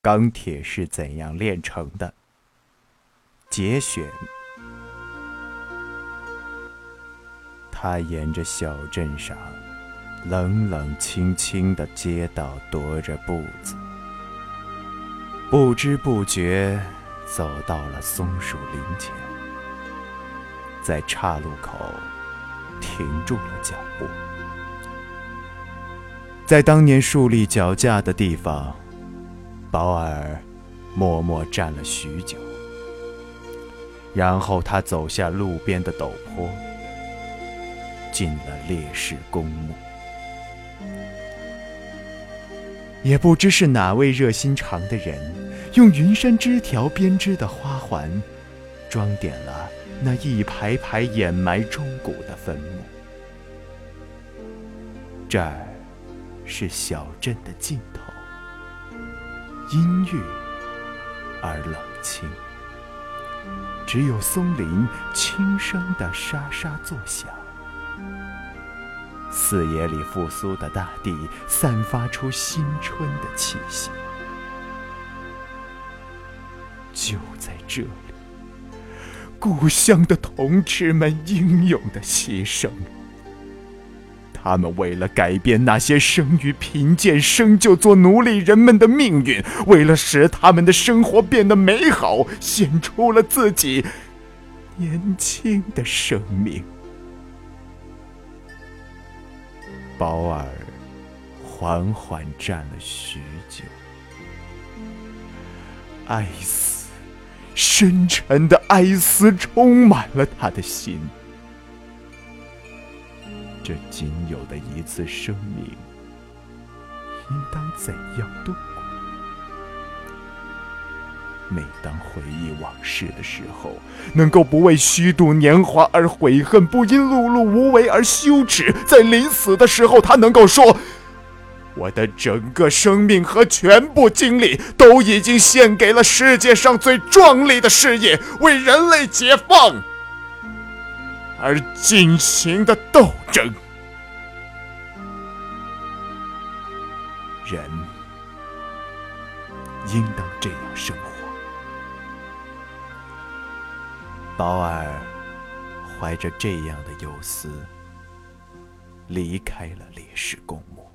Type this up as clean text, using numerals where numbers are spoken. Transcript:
钢铁是怎样炼成的》节选。他沿着小镇上冷冷清清的街道踱着步子，不知不觉走到了松树林前，在岔路口停住了脚步。在当年树立脚架的地方，保尔默默站了许久，然后他走下路边的陡坡，进了烈士公墓。也不知是哪位热心肠的人，用云杉枝条编织的花环装点了那一排排掩埋钟鼓的坟墓。这儿是小镇的尽头，阴郁而冷清，只有松林轻声地沙沙作响。四野里复苏的大地散发出新春的气息。就在这里，故乡的同志们英勇的牺牲，他们为了改变那些生于贫贱、生就做奴隶人们的命运，为了使他们的生活变得美好，献出了自己年轻的生命。保尔缓缓站了许久，哀思，深沉的哀思充满了他的心。这仅有的一次生命，应当怎样度过？每当回忆往事的时候，能够不为虚度年华而悔恨，不因碌碌无为而羞耻，在临死的时候，他能够说：我的整个生命和全部精力都已经献给了世界上最壮丽的事业，为人类解放而进行的斗争。人应当这样生活。保尔怀着这样的忧思，离开了烈士公墓。